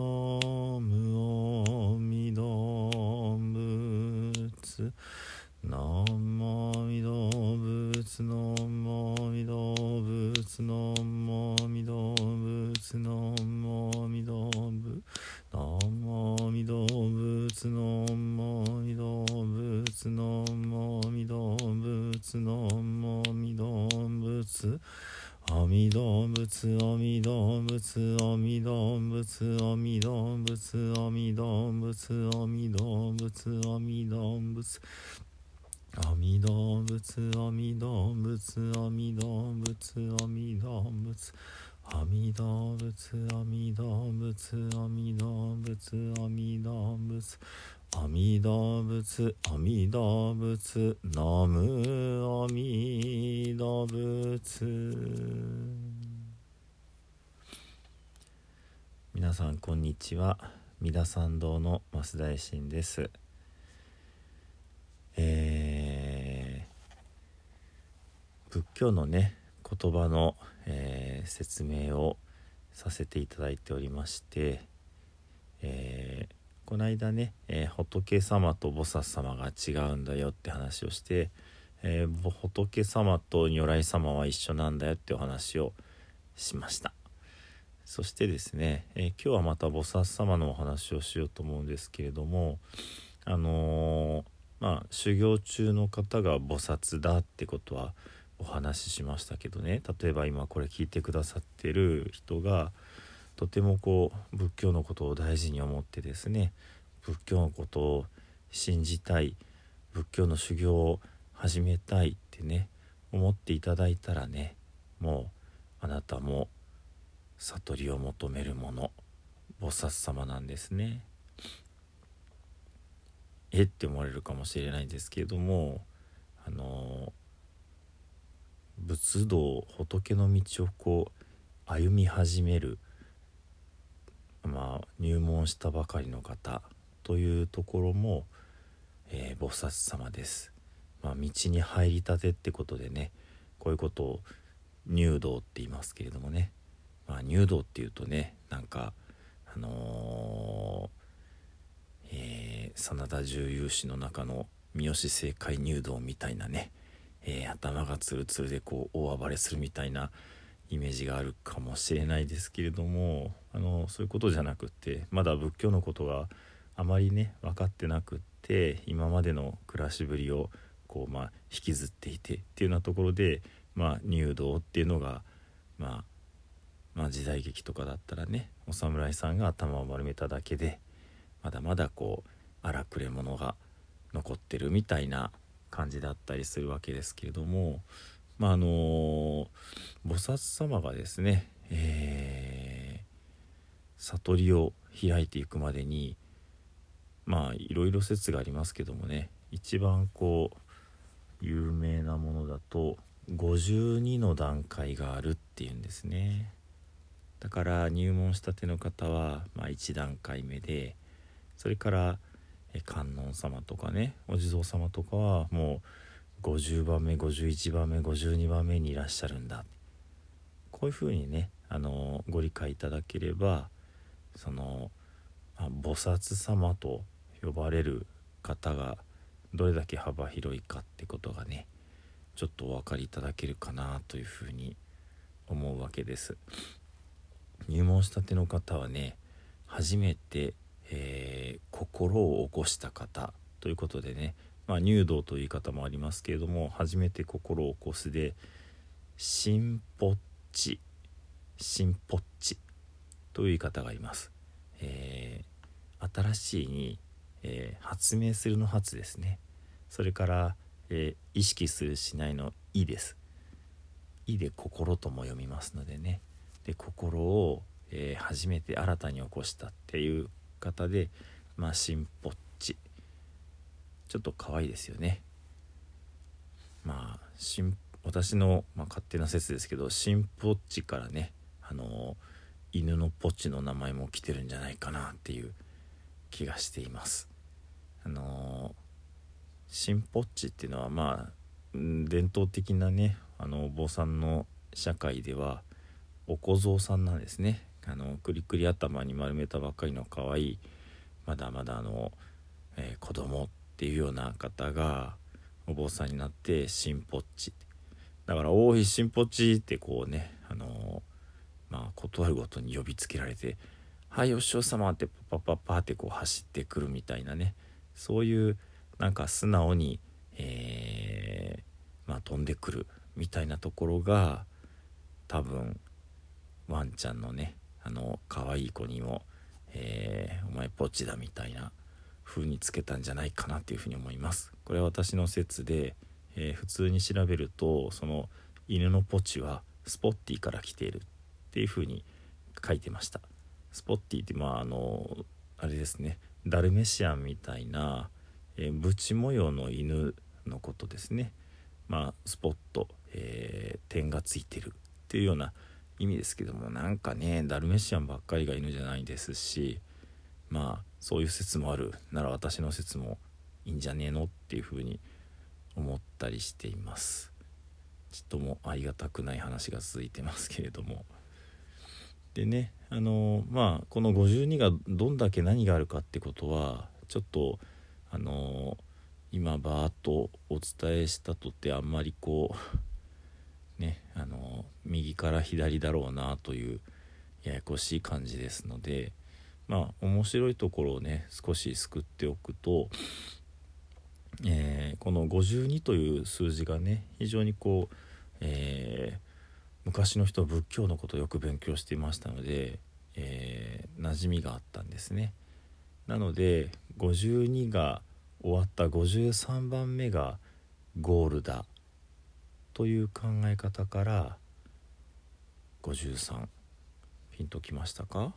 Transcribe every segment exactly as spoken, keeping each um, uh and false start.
無阿弥陀仏南無阿弥陀仏南無阿弥陀仏南無阿弥陀仏南無阿弥陀仏南無阿弥陀仏南無阿弥陀仏南無阿弥陀仏南無阿弥陀仏阿弥陀仏阿弥陀仏阿弥陀仏阿弥陀仏阿弥陀仏阿弥陀仏阿弥陀仏阿弥陀仏阿弥陀仏阿弥陀仏阿弥陀仏阿弥陀仏阿弥陀仏阿弥陀仏阿弥陀仏阿弥陀仏阿弥陀仏ナムアミダ仏。皆さんこんにちは。三田参道の増大臣です。えー、仏教のね言葉の、えー、説明をさせていただいておりまして、えーこの間ね、えー、仏様と菩薩様が違うんだよって話をして、えー、仏様と如来様は一緒なんだよってお話をしました。そしてですね、えー、今日はまた菩薩様のお話をしようと思うんですけれども、あのー、まあ修行中の方が菩薩だってことはお話ししましたけどね、例えば今これ聞いてくださってる人がとてもこう仏教のことを大事に思ってですね、仏教のことを信じたい、仏教の修行を始めたいってね思っていただいたらね、もうあなたも悟りを求めるもの菩薩様なんですね。えって思われるかもしれないんですけれども、あの仏道仏の道をこう歩み始める、まあ、入門したばかりの方というところも、えー、菩薩様です。まあ、道に入りたてってことでね、こういうことを入道って言いますけれどもね、まあ、入道っていうとね、なんかあのーえー、真田重勇士の中の三好政界入道みたいなね、えー、頭がツルツルでこう大暴れするみたいなイメージがあるかもしれないですけれども、あのそういうことじゃなくって、まだ仏教のことがあまりね分かってなくって、今までの暮らしぶりをこう、まあ、引きずっていてっていうようなところで、まあ、入道っていうのが、まあ、まあ時代劇とかだったらね、お侍さんが頭を丸めただけでまだまだこう荒くれ者が残ってるみたいな感じだったりするわけですけれども、まああのー、菩薩様がですね、えー、悟りを開いていくまでに、まあいろいろ説がありますけどもね、一番こう有名なものだとごじゅうにの段階があるっていうんですね。だから入門したての方は、まあ、いち段階目で、それからえ観音様とかね、お地蔵様とかはもうごじゅうばんめごじゅういちばんめごじゅうにばんめにいらっしゃるんだ、こういうふうにね、あのご理解いただければ、その、まあ、菩薩様と呼ばれる方がどれだけ幅広いかってことがね、ちょっとお分かりいただけるかなというふうに思うわけです。入門したての方はね、初めて、えー、心を起こした方ということでね、まあ、入道という言い方もありますけれども、初めて心を起こすで心ぽっち心ぽっちという言い方がいます。えー、新しいに、えー、発明するの発ですね。それから、えー、意識するしないの意です。意で心とも読みますのでね、で心を、えー、初めて新たに起こしたっていう方で、まあ心ぽっち、ちょっと可愛いですよね。まあ私の、まあ、勝手な説ですけど、心ぽっちからね、あのー、犬のポッチの名前も来てるんじゃないかなっていう気がしています。あのー、心ぽっちっていうのは、まあ伝統的なね、あのお坊さんの社会ではお小僧さんなんですね。 あのくりくり頭に丸めたばっかりの可愛いまだまだあの、えー、子供っていうような方がお坊さんになって新ぽっちだからおい新ぽっちってこうねあのー、まあ断るごとに呼びつけられてはいお師匠様ってパパパパってこう走ってくるみたいなねそういうなんか素直に、えーまあ、飛んでくるみたいなところが多分ワンちゃんのねあの可愛い子にも、えー、お前ポチだみたいな風につけたんじゃないかなっていうふうに思います。これは私の説で、えー、普通に調べるとその犬のポチはスポッティから来ているっていう風に書いてました。スポッティってまああのあれですねダルメシアンみたいな、えー、ブチ模様の犬のことですね。まあスポット、えー、点がついてるっていうような意味ですけどもなんかねダルメシアンばっかりが犬じゃないですしまあそういう説もあるなら私の説もいいんじゃねえのっていうふうに思ったりしています。ちっともありがたくない話が続いてますけれどもでねあのまあこのごじゅうにがどんだけ何があるかってことはちょっとあの今バーッとお伝えしたとてあんまりこうねあの右から左だろうなというややこしい感じですのでまあ面白いところをね少しすくっておくと、えー、このごじゅうにという数字がね非常にこう、えー、昔の人は仏教のことをよく勉強していましたので、えー、馴染みがあったんですね。なのでごじゅうにが終わったごじゅうさんばんめがゴールだという考え方からごじゅうさんピンときましたか？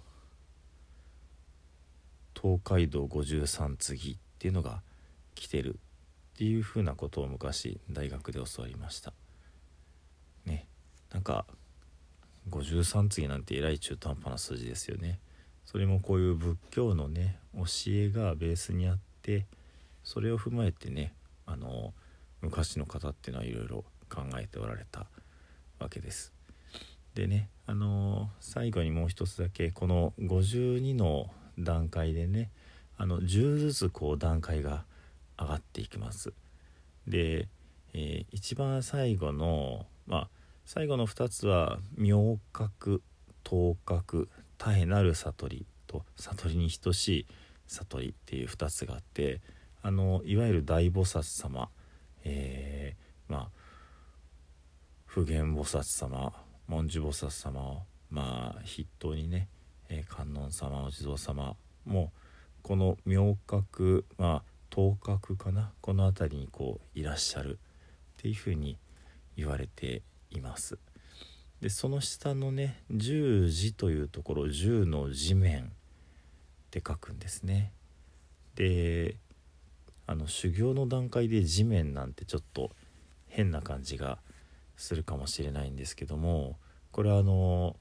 東海道ごじゅうさん次っていうのが来てるっていうふうなことを昔大学で教わりましたね。なんかごじゅうさん次なんてえらい中途半端な数字ですよね。それもこういう仏教のね教えがベースにあってそれを踏まえてねあの昔の方っていうのはいろいろ考えておられたわけです。でねあの最後にもう一つだけこのごじゅうにの段階でねあのじゅうずつこう段階が上がっていきます。で、えー、一番最後のまあ最後のふたつは明覚等覚多へなる悟りと悟りに等しい悟りっていうふたつがあってあのいわゆる大菩薩様、えー、まあ普賢菩薩様文殊菩薩様をまあ筆頭にね、えー、観音様お地蔵様もこの明覚まあ等覚かなこの辺りにこういらっしゃるっていうふうに言われています。でその下のね十字というところ十の地面って書くんですね。であの修行の段階で地面なんてちょっと変な感じがするかもしれないんですけどもこれはあの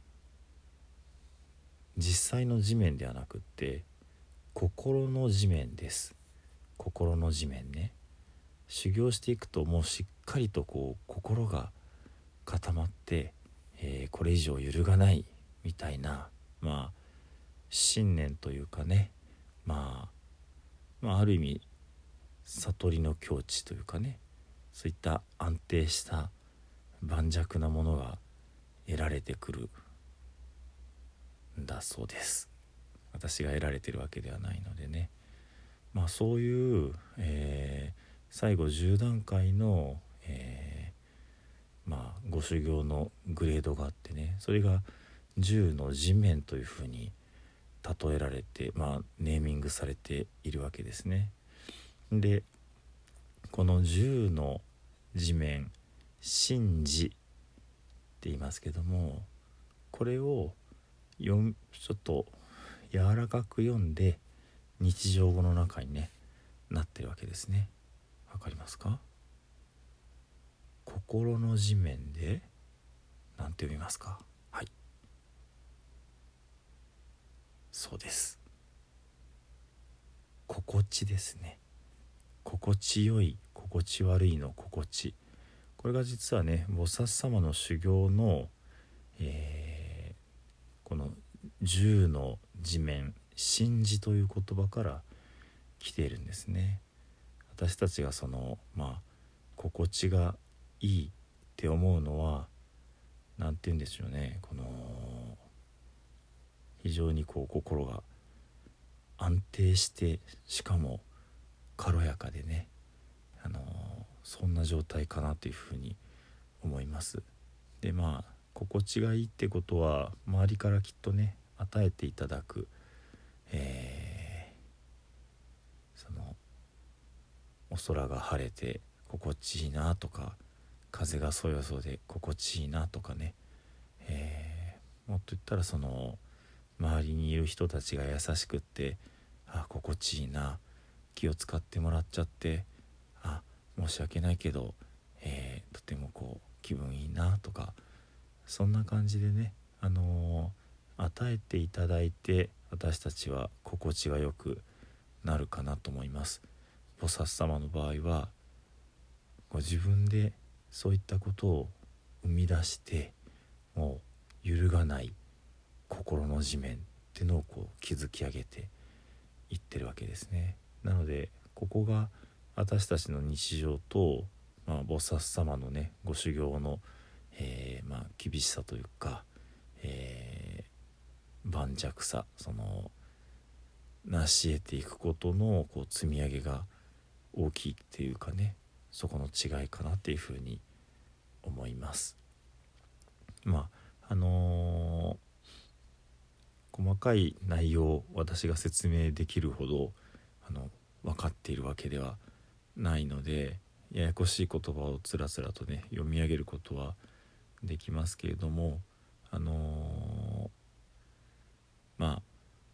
実際の地面ではなくって心の地面です。心の地面ね修行していくともうしっかりとこう心が固まって、えー、これ以上揺るがないみたいなまあ信念というかね、まあ、まあある意味悟りの境地というかねそういった安定した盤石なものが得られてくるんだそうです。私が得られてるわけではないのでねまあそういう、えー、最後じゅう段階の、えー、まあご修行のグレードがあってねそれがじゅうの地面というふうに例えられてまあネーミングされているわけですね。でこのじゅうの地面真地って言いますけどもこれをよんちょっと柔らかく読んで日常語の中にねなってるわけですね。わかりますか？心の地面でなんて読みますか？はいそうです心地ですね。心地よい心地悪いの心地これが実はね菩薩様の修行の、えー、この十の地面、心地という言葉から来ているんですね。私たちがそのまあ心地がいいって思うのはなんて言うんでしょうね、この非常にこう心が安定して、しかも軽やかでね、あのそんな状態かなというふうに思います。でまあ心地がいいってことは周りからきっとね与えていただく、えー、そのお空が晴れて心地いいなとか、風がそよそで心地いいなとかね、えー、もっと言ったらその周りにいる人たちが優しくって、あ心地いいな、気を使ってもらっちゃって、あ申し訳ないけど、えー、とてもこう気分いいなとか、そんな感じでね、あのー、与えていただいて私たちは心地がよくなるかなと思います。菩薩様の場合はご自分でそういったことを生み出して、もう揺るがない心の地面ってのをこう築き上げていってるわけですね。なのでここが私たちの日常と、まあ、菩薩様のねご修行の、えーまあ、厳しさというか、えー、盤石さ、その成し得ていくことのこう積み上げが大きいっていうかね、そこの違いかなっていうふうに思います。まああのー細かい内容を私が説明できるほどあの分かっているわけではないので、ややこしい言葉をつらつらとね読み上げることはできますけれども、あのー、まあ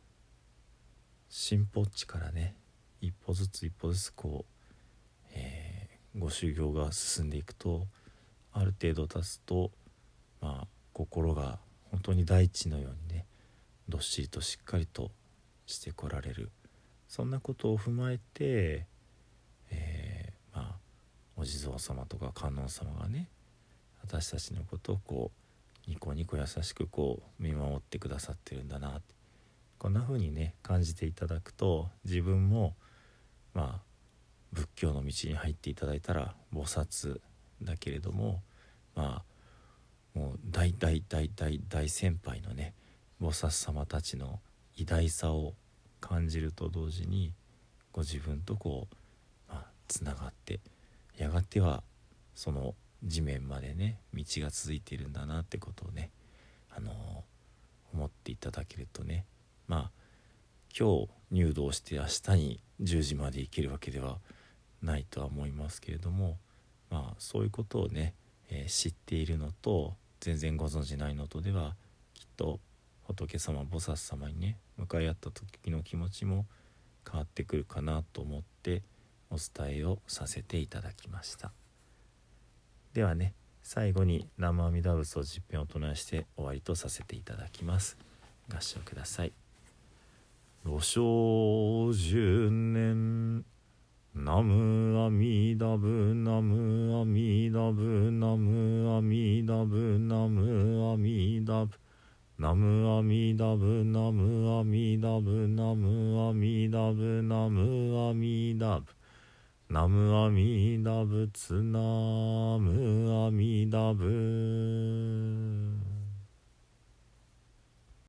進歩っちからね一歩ずつ一歩ずつこう、えー、ご修行が進んでいくと、ある程度経つと、まあ心が本当に大地のようにねどっしりとしっかりとしてこられる、そんなことを踏まえて、えー、まあお地蔵様とか観音様がね私たちのことをこうニコニコ優しくこう見守ってくださってるんだなって、こんな風にね感じていただくと、自分もまあ仏教の道に入っていただいたら菩薩だけれども、まあもう大大大大大先輩のね菩薩様たちの偉大さを感じると同時に、ご自分とこう、まあ、つながって、やがてはその地面までね道が続いているんだなってことをね、あのー、思っていただけるとね、まあ今日入道して明日にじゅうじまで行けるわけではないとは思いますけれども、まあそういうことをね、えー、知っているのと全然ご存じないのとではきっと仏様菩薩様にね向かい合った時の気持ちも変わってくるかなと思ってお伝えをさせていただきました。ではね、最後に南無阿弥陀仏を十遍お唱えして終わりとさせていただきます。合唱ください。ご生十年南無阿弥陀仏南無阿弥陀仏南無阿弥陀仏南無阿弥陀仏南無阿弥陀仏南無阿弥陀仏南無阿弥陀仏南無阿弥陀仏南無阿弥陀仏南無阿弥陀仏。